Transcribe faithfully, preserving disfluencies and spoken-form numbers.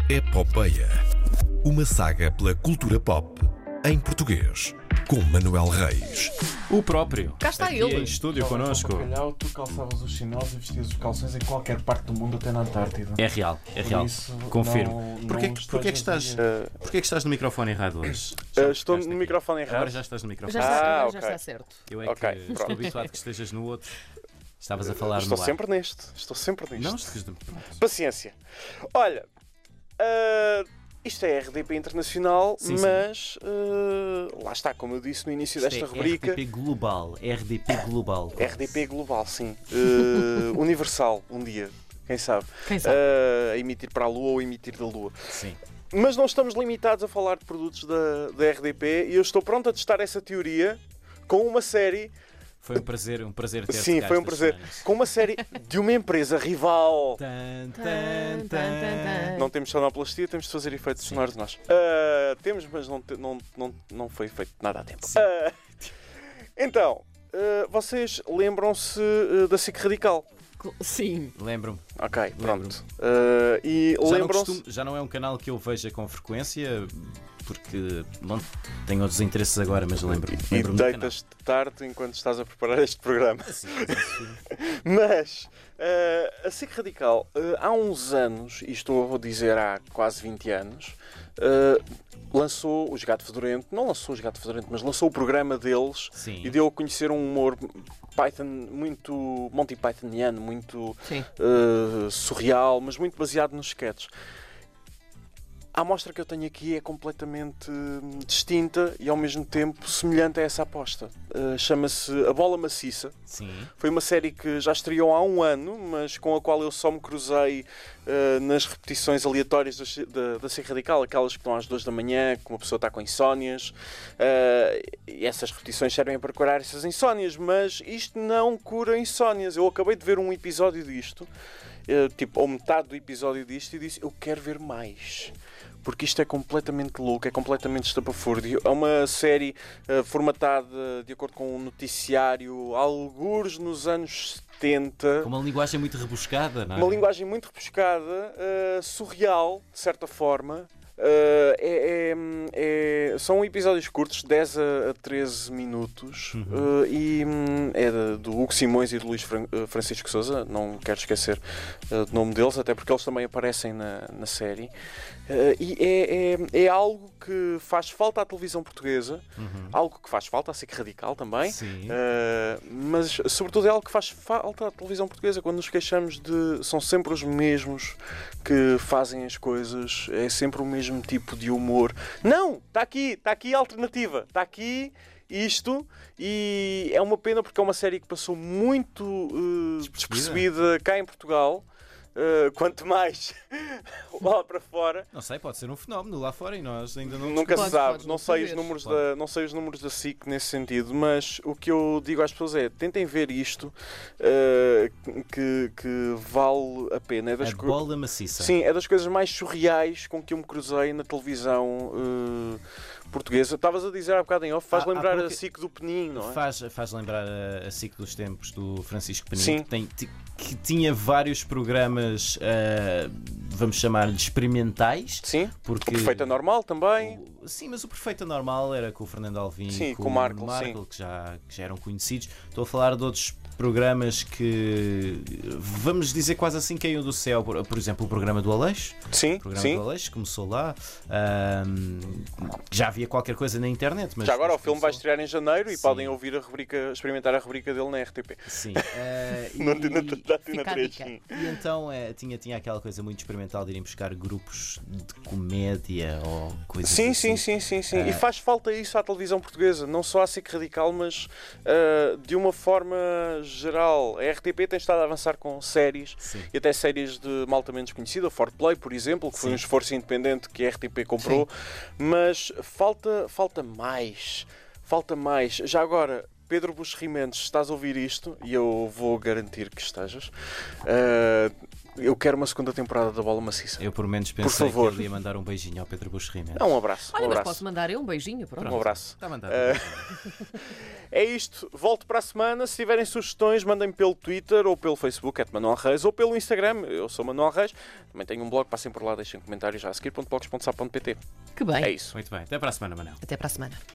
Epopeia. Uma saga pela cultura pop em português, com Manuel Reis. O próprio. Cá está aqui ele. em estúdio connosco. Calhau, tu calçavas os chinelos e vestias os calções em qualquer parte do mundo, até na Antártida. É real, é real. Isso, Confirmo. não- Porquê, não que- porquê, que estás, estejas a- porquê que estás no microfone errado hoje? Uh, Já estou chegaste no aqui. microfone Agora errado. já estás no microfone. Já está, Ah, agora ok. já está certo. Eu é Ok, que pronto. estou habituado que estejas no outro. Estavas a falar Estou no ar. sempre neste. Estou sempre nisto. Não, estou... Paciência. Olha, uh, isto é R D P Internacional, Sim, sim. mas uh, lá está, como eu disse no início desta rubrica. R D P Global. R D P Global. R D P Global, sim. Uh, universal, um dia. Quem sabe? Quem sabe? Uh, a emitir para a Lua ou a emitir da Lua. Sim. Mas não estamos limitados a falar de produtos da, da R D P e eu estou pronto a testar essa teoria com uma série. Foi um prazer, um prazer ter-te Sim, cá foi um estas prazer. semanas. Com uma série de uma empresa rival. Tan, Tan, tan, tan, tan, tan. Não temos sonoplastia, temos de fazer efeitos Sim. sonoros nós. Ah, temos, mas não, te- não, não, não foi feito nada a tempo. Sim. Ah, então, ah, vocês lembram-se ah, da SIC Radical? Sim. Lembro-me. Ok, Lembro-me. pronto. Ah, e Já não, lembram-se. costumo- já não é um canal que eu veja com frequência, porque não tenho outros interesses agora, mas lembro-me. E lembro-me do canal. deitas-te tarde enquanto estás a preparar este programa. Sim, mas isso- Mas ah, a SIC Radical, ah, há uns anos, e estou a dizer há quase vinte anos, ah, lançou o Gato Fedorento, não lançou o Gato Fedorento, mas lançou o programa deles Sim. e deu a conhecer um humor Python muito Monty Pythoniano, muito Sim. ah, surreal, mas muito baseado nos sketches. A amostra que eu tenho aqui é completamente hum, distinta e ao mesmo tempo semelhante a essa aposta. Ah, chama-se A Bola Maciça. Sim. Foi uma série que já estreou há um ano, mas com a qual eu só me cruzei uh, nas repetições aleatórias da, da, da SIC Radical, aquelas que estão às duas da manhã, que uma pessoa está com insónias. Uh, e essas repetições servem para curar essas insónias, mas isto não cura insónias. Eu acabei de ver um episódio disto, uh, tipo, ou metade do episódio disto, e disse: eu quero ver mais. Porque isto é completamente louco, é completamente estapafúrdio. É uma série uh, formatada de acordo com um noticiário, algures nos anos setenta. Com uma linguagem muito rebuscada, não é? Uma linguagem muito rebuscada, uh, surreal, de certa forma. Uh, é- é- é- são episódios curtos, dez a treze minutos, Uhum. uh, e hum, é de- do Hugo Simões e do Luís Fran- uh, Francisco Sousa. Não quero esquecer uh, do nome deles, até porque eles também aparecem na, na série. Uh, e é, é- é algo que faz falta à televisão portuguesa, Uhum. algo que faz falta à SIC Radical também. Sim. Uh, mas sobretudo é algo que faz falta à televisão portuguesa. Quando nos queixamos de são sempre os mesmos que fazem as coisas, é sempre o mesmo tipo de humor. Não, está aqui, está aqui a alternativa, está aqui isto, e é uma pena porque é uma série que passou muito uh, despercebida cá em Portugal. Uh, quanto mais lá para fora. Não sei, pode ser um fenómeno lá fora e nós ainda não... Nunca se Podes, sabe, podes não, não sei os saber. números Pode. da, não sei os números da SIC nesse sentido, mas o que eu digo às pessoas é: tentem ver isto, eh, que, que vale a pena. É das A co- bola maciça. Sim, é das coisas mais surreais com que eu me cruzei na televisão eh, portuguesa. Estavas a dizer há bocado em off, faz Há- há lembrar a pouco- SIC do Penin, não é? Faz, faz lembrar a, a SIC dos tempos do Francisco Penin, Sim. que, tem- ti- que tinha vários programas, ah, vamos chamar-lhe experimentais, Sim, porque... o Perfeito é Normal também. o- Sim, mas o Perfeito Normal era com o Fernando Alvim Sim, e com, com o Marco, Marco, que já, que já eram conhecidos. Estou a falar de outros programas que, vamos dizer, quase assim caíam do céu. Por, por exemplo, o programa do Aleixo. Sim, O programa sim. do Aleixo começou lá. ahm, já havia qualquer coisa na internet. Mas, Já agora mas o filme vai começou- estrear em janeiro e Sim. podem ouvir a rubrica, experimentar a rubrica dele na R T P. Sim. ah, Na e- Antena da Antena fica a três, dica. sim. E então eh, tinha, tinha aquela coisa muito experimental de irem buscar grupos de comédia ou coisas Sim, assim. sim, sim, sim, sim. Ah. E faz falta isso à televisão portuguesa, não só à SIC Radical, mas ah, de uma forma geral. A R T P tem estado a avançar com séries Sim. e até séries de malta menos conhecida, o Fort Play, por exemplo, que foi Sim. um esforço independente que a R T P comprou, mas falta, falta mais. Falta mais. Já agora, Pedro Buxo Rimendes, estás a ouvir isto, e eu vou garantir que estejas, uh, eu quero uma segunda temporada da Bola Maciça. Eu por menos Por pensei favor. que ele ia mandar um beijinho ao Pedro Buxo Rimendes. Não, um abraço. Olha, um mas abraço. posso mandar eu um beijinho, pronto. Um abraço. Está a mandar. É isto, volto para a semana. Se tiverem sugestões, mandem pelo Twitter ou pelo Facebook, at Manuel Reis, ou pelo Instagram, eu sou Manuel Reis. Também tenho um blog, passem por lá, deixem comentários já a seguir ponto blogs ponto sap ponto pt. Que bem. É isso. Muito bem. Até para a semana, Manel. Até para a semana.